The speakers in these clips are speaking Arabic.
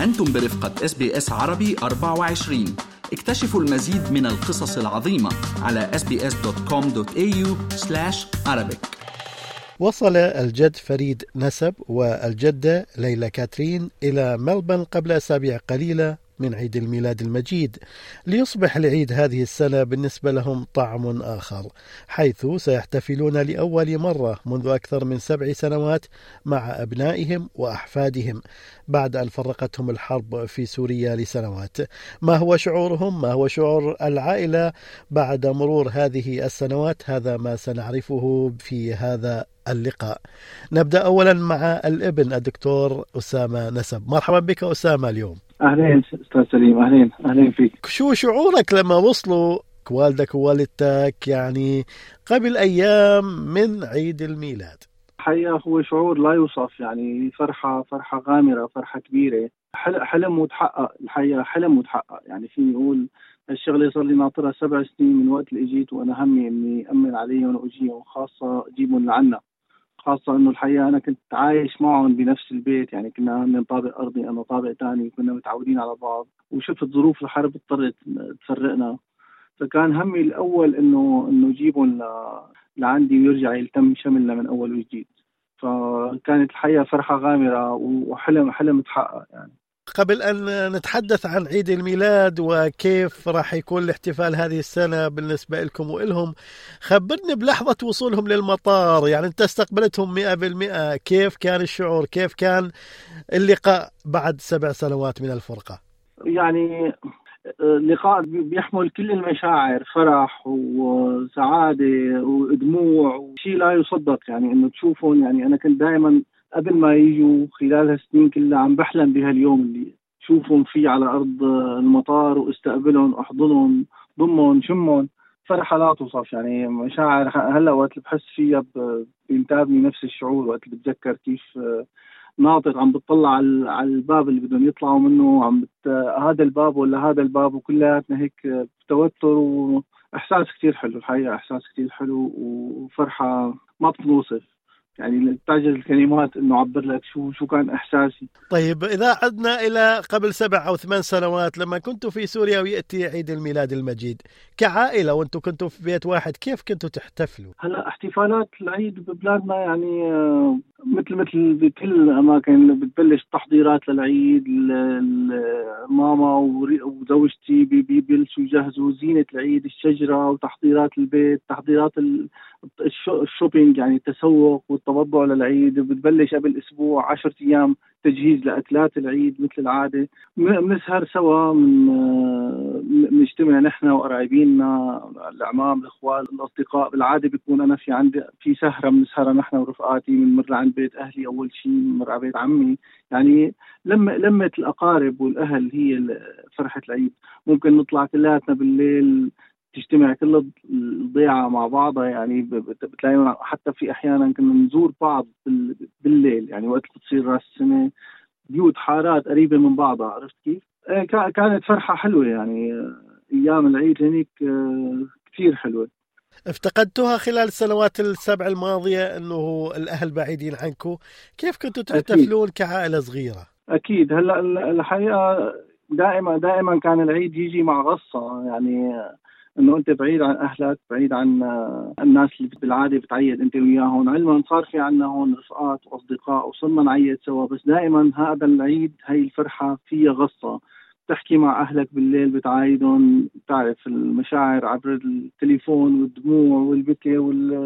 أنتم برفقة SBS عربي 24. اكتشفوا المزيد من القصص العظيمة على sbs.com.au/Arabic. وصل الجد فريد نسب والجدة ليلى كاترين إلى ملبن قبل أسابيع قليلة من عيد الميلاد المجيد، ليصبح العيد هذه السنة بالنسبة لهم طعم آخر، حيث سيحتفلون لأول مرة منذ أكثر من 7 سنوات مع أبنائهم وأحفادهم بعد أن فرقتهم الحرب في سوريا لسنوات. ما هو شعورهم؟ ما هو شعور العائلة بعد مرور هذه السنوات؟ هذا ما سنعرفه في هذا اللقاء. نبدأ أولا مع الابن الدكتور أسامة نسب. مرحبا بك أسامة اليوم. أهلين أستاذ سليم، أهلين فيك. شو شعورك لما وصلوا والدك ووالدتك يعني قبل أيام من عيد الميلاد؟ حقيقة هو شعور لا يوصف، يعني فرحة غامرة، فرحة كبيرة، حلم متحقق. الحقيقة حلم متحقق، يعني فيني أقول الشغلة صار لي ناطرها 7 سنين من وقت اللي اجيت، وأنا همي إني أمن عليهم وأجيهم، خاصة أجيبهم لعنا، خاصة إنه الحقيقة أنا كنت عايش معهم بنفس البيت، يعني كنا من طابق أرضي أنا طابق تاني، كنا متعودين على بعض، وشفت ظروف الحرب اضطرت تفرقنا، فكان همي الأول إنه أجيبهم لعندي ويرجع يلتم شملنا من أول وجديد. فكانت الحقيقة فرحة غامرة وحلم تحقق. يعني قبل أن نتحدث عن عيد الميلاد وكيف راح يكون الاحتفال هذه السنة بالنسبة لكم وإلهم، خبرني بلحظة وصولهم للمطار، يعني أنت استقبلتهم 100%، كيف كان الشعور؟ كيف كان اللقاء بعد 7 سنوات من الفرقة؟ يعني لقاء بيحمل كل المشاعر، فرح وسعادة ودموع وشيء لا يصدق، يعني إنه تشوفهم. يعني أنا كنت دائما قبل ما يجوا خلال هالسنين كلها عم بحلم بهاليوم اللي شوفهم فيه على أرض المطار واستقبلهم، أحضنهم، ضمهم، شمهم، فرحة لا توصف. يعني مشاعر هلا وقت بحس فيها بينتابني نفس الشعور وقت بتذكر كيف ناطر عم بتطلع على الباب اللي بدهم يطلعوا منه، هذا الباب ولا هذا الباب، وكلياتنا هيك بتوتر وإحساس كتير حلو. الحقيقة إحساس كتير حلو وفرحة ما بتوصف، يعني تعجز الكلمات إنه أعبر لك شو كان إحساسي. طيب إذا عدنا إلى قبل 7 أو 8 سنوات لما كنتوا في سوريا ويأتي عيد الميلاد المجيد كعائلة وأنتوا كنتوا في بيت واحد، كيف كنتوا تحتفلوا؟ هلا احتفالات العيد ببلادنا يعني مثل بكل الأماكن بتبلش تحضيرات للعيد. ماما وزوجتي بيبلشوا يجهزوا زينة العيد، الشجرة وتحضيرات البيت، تحضيرات الشوبينج، يعني التسوق والتوضع للعيد. بتبلش قبل أسبوع 10 أيام تجهيز لأكلات العيد مثل العادة. بنسهر سوا، بنجتمع نحن وقرايبيننا، الأعمام، الإخوال، الأصدقاء. بالعادة بيكون أنا في سهرة بنسهرها نحن ورفقاتي، بنمر عند بيت أهلي أول شيء، بنمر على بيت عمي. يعني لمة الأقارب والأهل هي فرحة العيد. ممكن نطلع كلاتنا بالليل، تجتمع كل الضيعة مع بعضها، يعني بتلاقي حتى في أحيانا كنا نزور بعض بالليل، يعني وقت تصير رأس السنة بيوت حارات قريبة من بعضها، عرفت كيف؟ كانت فرحة حلوة، يعني أيام العيد هنيك كثير حلوة. افتقدتوها خلال السنوات ال7 الماضية أنه الأهل بعيدين عنكم، كيف كنتوا تحتفلون كعائلة صغيرة؟ أكيد. هلأ الحقيقة دائما كان العيد يجي مع غصة، يعني انه انت بعيد عن اهلك، بعيد عن الناس اللي بالعاده بتعيد انت وياهم. علما صار في عنا هون رفقات واصدقاء وصرنا نعيد سوا، بس دائما هذا العيد هي الفرحه فيها غصه. بتحكي مع اهلك بالليل، بتعايدهم، بتعرف المشاعر عبر التليفون والدموع والبكي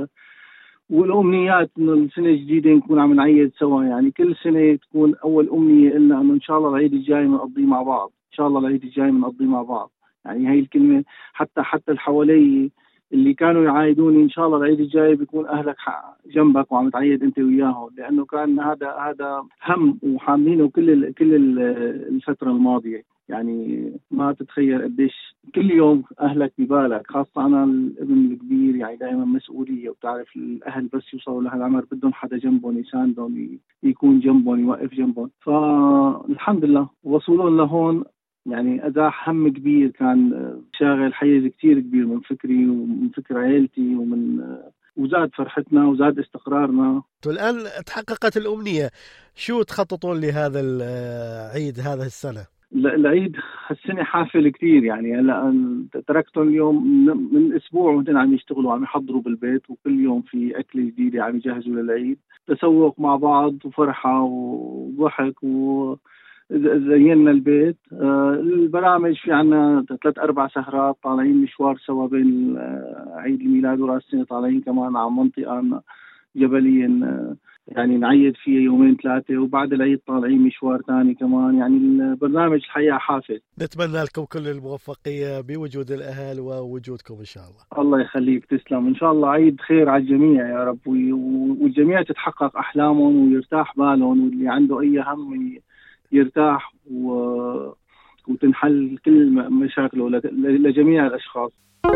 والامنيات انه السنه الجديده نكون عم نعيد سوا. يعني كل سنه تكون اول امنيه لنا انه ان شاء الله العيد الجاي بنقضيه مع بعض، ان شاء الله العيد الجاي بنقضيه مع بعض. يعني هاي الكلمة حتى اللي حوالي اللي كانوا يعايدوني إن شاء الله العيد الجاي بيكون أهلك جنبك وعم تعيد أنت وياهم، لأنه كان هذا هم وحاملينه كل الفترة الماضية. يعني ما تتخيل قديش كل يوم أهلك ببالك، خاصة أنا الابن الكبير، يعني دائما مسؤولية، وبتعرف الأهل بس يوصلوا لهالعمر بدهم حدا جنبهم يساندهم، يكون جنبهم، يوقف جنبهم. فالحمد لله وصولهم لهون يعني أزاح هم كبير كان شاغل حيز كتير كبير من فكري ومن فكر عائلتي، وزاد فرحتنا وزاد استقرارنا. الآن تحققت الأمنية، شو تخططون لهذا العيد هذا السنة؟ العيد هالسنة حافل كتير، يعني هلا تركتهم اليوم من أسبوع وهن عم يشتغلوا، عم يحضروا بالبيت، وكل يوم في أكل جديدة عم يجهزوا للعيد، تسوق مع بعض وفرحة وضحك زينا البيت. البرامج في عنا 3-4 سهرات، طالعين مشوار سوا بين عيد الميلاد وراس السنة، طالعين كمان على منطقة جبلية يعني نعيد فيه 2-3 يوم، وبعد العيد طالعين مشوار ثاني كمان. يعني البرنامج الحقيقة حافل. نتمنى لكم كل الموفقية بوجود الأهل ووجودكم إن شاء الله. الله يخليك، تسلم. إن شاء الله عيد خير على الجميع يا رب، والجميع تتحقق أحلامهم ويرتاح بالهم، واللي عنده أي هم يرتاح وتنحل كل مشاكله لجميع الأشخاص.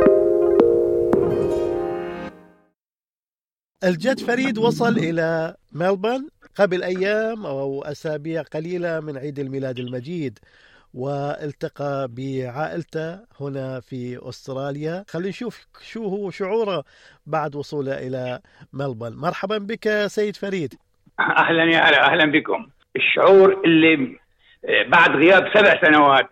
الجد فريد وصل إلى ملبورن قبل أيام أو أسابيع قليلة من عيد الميلاد المجيد، والتقى بعائلته هنا في أستراليا. خلينا نشوف شو هو شعوره بعد وصوله إلى ملبورن. مرحبا بك سيد فريد. أهلا يا هلا، أهلا بكم. الشعور اللي بعد غياب 7 سنوات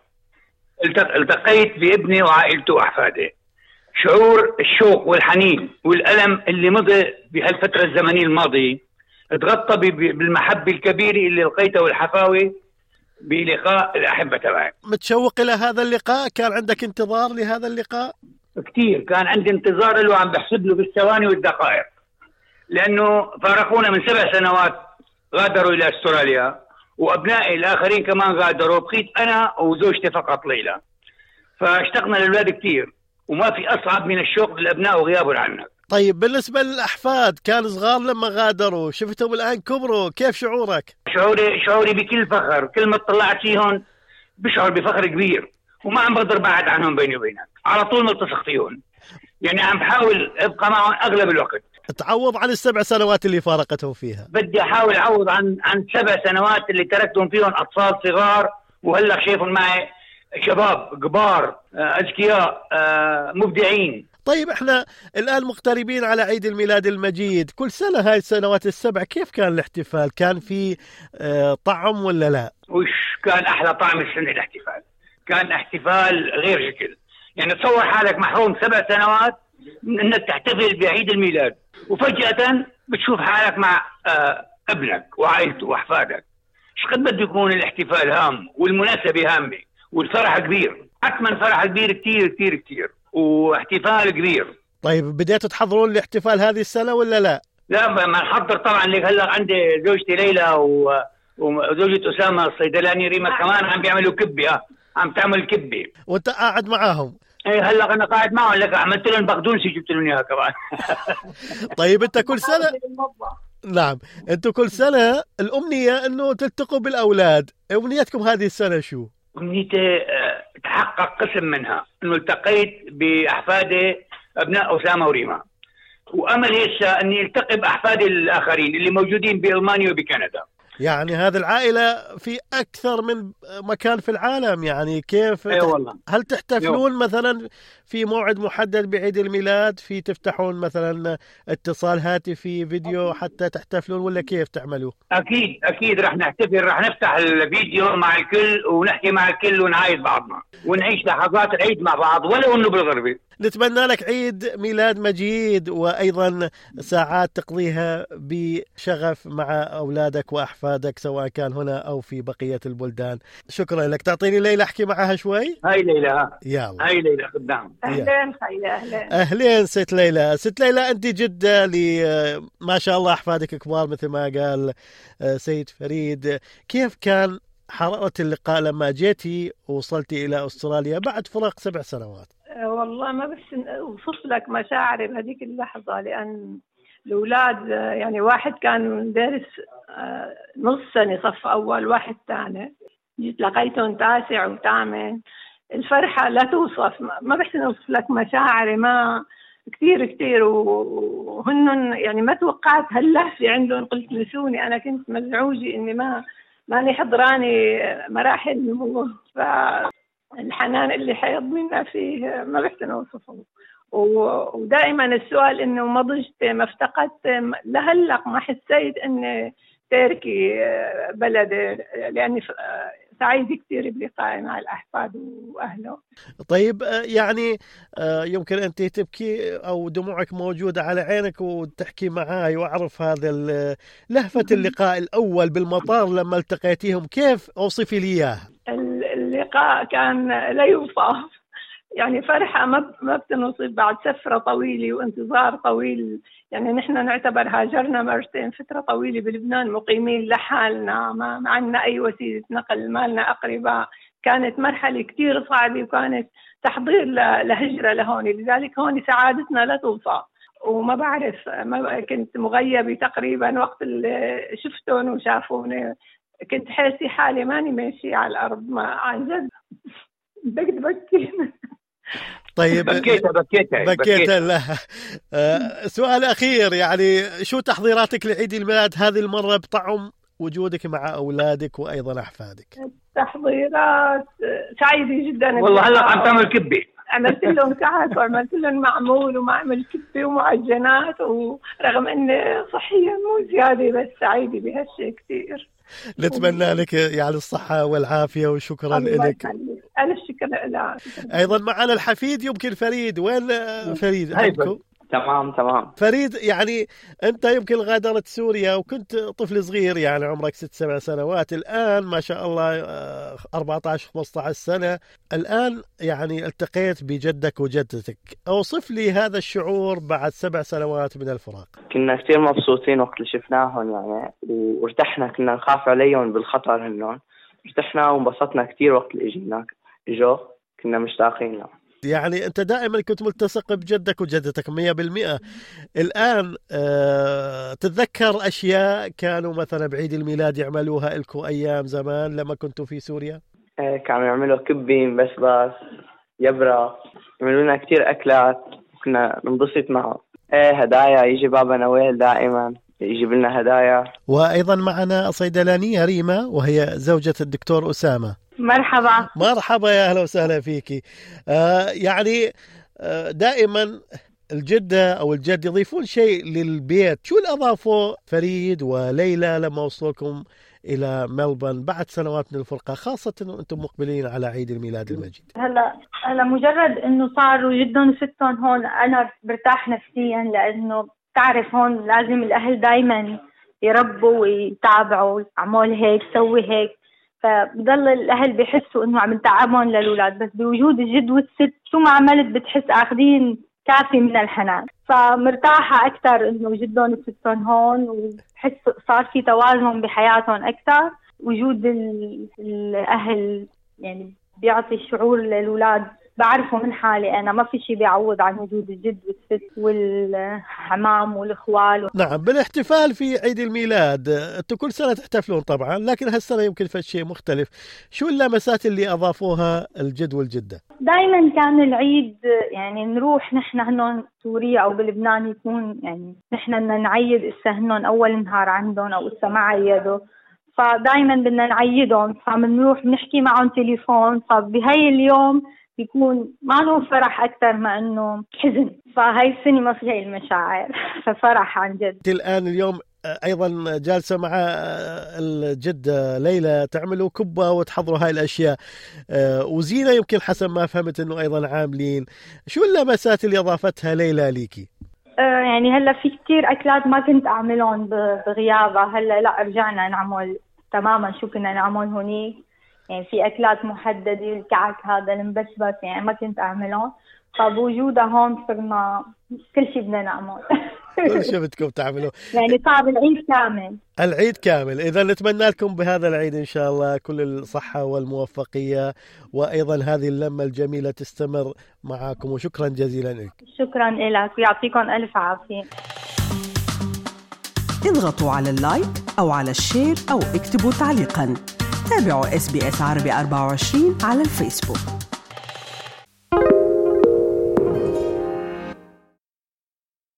التقيت بابني وعائلته وأحفاده، شعور الشوق والحنين والألم اللي مضى بهالفترة الزمنية الماضية اتغطى بالمحبة الكبيرة اللي لقيتها والحفاوة بلقاء الأحبة تبعي. متشوق إلى هذا اللقاء؟ كان عندك انتظار لهذا اللقاء؟ كتير كان عندي انتظار له، عم بحسب له بالثواني والدقائق، لأنه فارقونا من 7 سنوات، غادروا إلى أستراليا، وأبنائي الآخرين كمان غادروا، بقيت أنا وزوجتي فقط ليلى. فاشتقنا للأولاد كتير، وما في أصعب من الشوق للأبناء وغيابهم عنك. طيب بالنسبة للأحفاد، كان صغار لما غادروا، شفتهم الآن كبروا، كيف شعورك؟ شعوري بكل فخر، كل ما اطلعت فيهم بشعر بفخر كبير، وما عم بقدر بعد عنهم بيني وبينك، على طول ملتصق فيهم، يعني عم بحاول ابقى معهم أغلب الوقت. تعوض عن ال7 سنوات اللي فارقتهم فيها. بدي أحاول أعوض عن 7 سنوات اللي تركتهم فيهم أطفال صغار، وهلا شايفهم معي شباب كبار أذكياء مبدعين. طيب احنا الآن مقتربين على عيد الميلاد المجيد، كل سنة هاي السنوات ال7 كيف كان الاحتفال؟ كان في طعم ولا لا؟ وش كان أحلى طعم السنة الاحتفال، كان احتفال غير شكل. يعني تصور حالك محروم 7 سنوات من انك تحتفل بعيد الميلاد، وفجأة بتشوف حالك مع ابنك وعائلته واحفادك. ايش قد بده يكون الاحتفال هام، والمناسبة هامة، والفرح كبير، حتما فرح كبير كتير كتير كتير، واحتفال كبير. طيب بديتوا تحضرون الاحتفال هذه السنة ولا لا؟ لا ما نحضر طبعا. لك هلا عندي زوجتي ليلى وزوجة أسامة الصيدلاني ريما كمان عم بيعملوا كبة، عم تعمل كبة. وانت قاعد معاهم؟ ايه هلا انا قاعد معهم، لك عملت لهم بقدونسي، جبت لهم اياها كمان. طيب انت كل سنة نعم انتوا كل سنة الأمنية انه تلتقوا بالأولاد، أمنيتكم هذه السنة شو؟ أمنيتي تحقق قسم منها، انه التقيت بأحفادي ابناء أسامة وريما، وامل هسه اني التقي باحفادي الاخرين اللي موجودين بالمانيا وبكندا. يعني هذه العائلة في أكثر من مكان في العالم، يعني كيف والله. هل تحتفلون مثلا في موعد محدد بعيد الميلاد، في تفتحون مثلا اتصال هاتفي فيديو حتى تحتفلون، ولا كيف تعملوا؟ أكيد رح نحتفل، رح نفتح الفيديو مع الكل ونحكي مع الكل ونعايد بعضنا ونعيش لحظات العيد مع بعض ولو أنه بالغربة. نتمنى لك عيد ميلاد مجيد، وأيضا ساعات تقضيها بشغف مع أولادك وأحفادك سواء كان هنا أو في بقية البلدان. شكرا لك. تعطيني ليلى أحكي معها شوي؟ هاي ليلى. يلا. هاي ليلى قدام. أهلين خيلة. أهلين ست ليلى. ست ليلى أنت جدة ما شاء الله أحفادك كبار مثل ما قال سيد فريد. كيف كان حرارة اللقاء لما جيتي ووصلتي إلى أستراليا بعد فراق 7 سنوات؟ والله ما بس أوصف لك مشاعري بهذيك اللحظة، لأن الأولاد يعني واحد كان دارس نص سنة صف أول، واحد ثاني، جيت لقيتهم 9 و8. الفرحة لا توصف، ما بحسن أوصف لك مشاعري، ما كتير وهن يعني ما توقعت هاللهفة عندهم. قلت لشوني أنا كنت مزعوجة إني ماني حضراني مراحل النمو، فالحنان اللي حيض منا فيه ما بحسن أوصفه. ودائما السؤال إنه ما ضجت ما افتقدت، لهلق ما حسيت إني تركي بلدي، لأني سعيد كثير بلقائي مع الأحفاد وأهله. طيب يعني يمكن أنت تبكي أو دموعك موجودة على عينك وتحكي معاي، وأعرف هذا لهفة اللقاء الأول بالمطار لما التقيتيهم، كيف أوصفي لي إياه؟ اللقاء كان لا يوصف، يعني فرحة ما بتنوصف بعد سفرة طويلة وانتظار طويل. يعني نحن نعتبر هاجرنا مرتين، فترة طويلة بلبنان مقيمين لحالنا، ما عندنا أي وسيلة نقل، ما لنا أقرباء. كانت مرحلة كتير صعبة، وكانت تحضير لهجرة لهون، لذلك هون سعادتنا لا توصف. وما بعرف، ما كنت مغيبة تقريبا وقت اللي شفتهم وشافوني، كنت حاسة حالي ماني ماشية على الأرض، ما عن جد بكي. طيب بكيت لا. سؤال أخير، يعني شو تحضيراتك لعيد الميلاد هذه المرة بطعم وجودك مع أولادك وأيضا أحفادك؟ تحضيرات سعيدة جدا والله. هلا عم تعمل كبة، عملت لهم كعك وعملت لهم معمول ومعمل كبة ومعجنات، ورغم أني صحيا مو زيادة بس سعيدة بهالشيء كتير. نتمنى لك يعني الصحة والعافية وشكرا لك. أنا الشكر لك. أيضا معنا الحفيد يمكن فريد. وين فريد عندكم؟ تمام. فريد، يعني أنت يمكن غادرت سوريا وكنت طفل صغير، يعني عمرك 6-7 سنوات، الآن ما شاء الله 14-15 سنة، الآن يعني التقيت بجدك وجدتك. أوصف لي هذا الشعور بعد 7 سنوات من الفراق. كنا كتير مبسوطين وقت اللي شفناهم يعني، وارتحنا، كنا نخاف عليهم بالخطر هنون، ارتحنا وانبسطنا كتير وقت اللي إجوا كنا مشتاقين له. يعني أنت دائما كنت ملتصق بجدك وجدتك 100%. الآن تتذكر أشياء كانوا مثلا بعيد الميلاد يعملوها لكم أيام زمان لما كنتوا في سوريا؟ كانوا يعملوا كبين، بس يبرا، يعملوا لنا كتير أكلات، كنا ننبسط معهم. هدايا، يجي بابا نويل دائما يجيب لنا هدايا. وأيضا معنا صيدلانية ريما، وهي زوجة الدكتور أسامة. مرحبا، يا أهلا وسهلا فيكي. يعني دائما الجدة أو الجد يضيفون شيء للبيت، شو اللي أضافوا فريد وليلى لما وصلوكم إلى ملبورن بعد سنوات من الفرقة، خاصة أنه أنتم مقبلين على عيد الميلاد المجيد؟ هلا مجرد أنه صاروا جدهم وستهم هون أنا برتاح نفسيا، لأنه تعرف هون لازم الأهل دايما يربوا ويتابعوا، عمول هيك سوي هيك، فبضل الأهل بيحسوا إنه عم نتعبهم للأولاد، بس بوجود الجد والست شو ما عملت بتحس أخذين كافي من الحنان. فمرتاحة أكثر إنه جدهم وستهم هون، وحس صار في توازن بحياتهم أكثر. وجود الأهل يعني بيعطي الشعور للأولاد، بعرفه من حالي أنا ما في شيء بيعوض عن وجود الجد والست والحمام والإخوال. نعم، بالاحتفال في عيد الميلاد أنتم كل سنة تحتفلون طبعا، لكن هالسنة يمكن في شيء مختلف. شو اللمسات اللي أضافوها الجد والجدة؟ دايما كان العيد يعني نروح نحن هنون سوريا أو بلبنان، يكون يعني نحن بدنا نعيد إسا هنون أول نهار عندهم أو إسا ما عيدوا، فدايما بدنا نعيدهم، فبنروح نحكي معهم تليفون، فبهاي اليوم بيكون ما له فرح أكثر ما إنه حزن. فهاي السنة ما فيها المشاعر، ففرح عن جد. الآن اليوم أيضا جالسة مع الجدة ليلى، تعملوا كبة وتحضروا هاي الأشياء، وزينة يمكن حسب ما فهمت إنه أيضا عاملين. شو اللمسات اللي أضافتها ليلى ليكي؟ يعني هلا في كتير أكلات ما كنت أعملهم بغيابها، هلا لا رجعنا نعمل تماما شو كنا نعمل هونيك. يعني في أكلات محددة، الكعك هذا المبسبس يعني ما كنت أعملهم، فبوجودها هون صرنا كل شيء بدنا نعمل. كل شيء بدكم تعملوا، يعني صار العيد كامل. إذا نتمنى لكم بهذا العيد إن شاء الله كل الصحة والموفقية، وأيضا هذه اللمة الجميلة تستمر معكم، وشكرا جزيلا لك. شكرا لك ويعطيكم ألف عافية. اضغطوا على اللايك أو على الشير أو اكتبوا تعليقا. تابعوا SBS عربي 24 على الفيسبوك.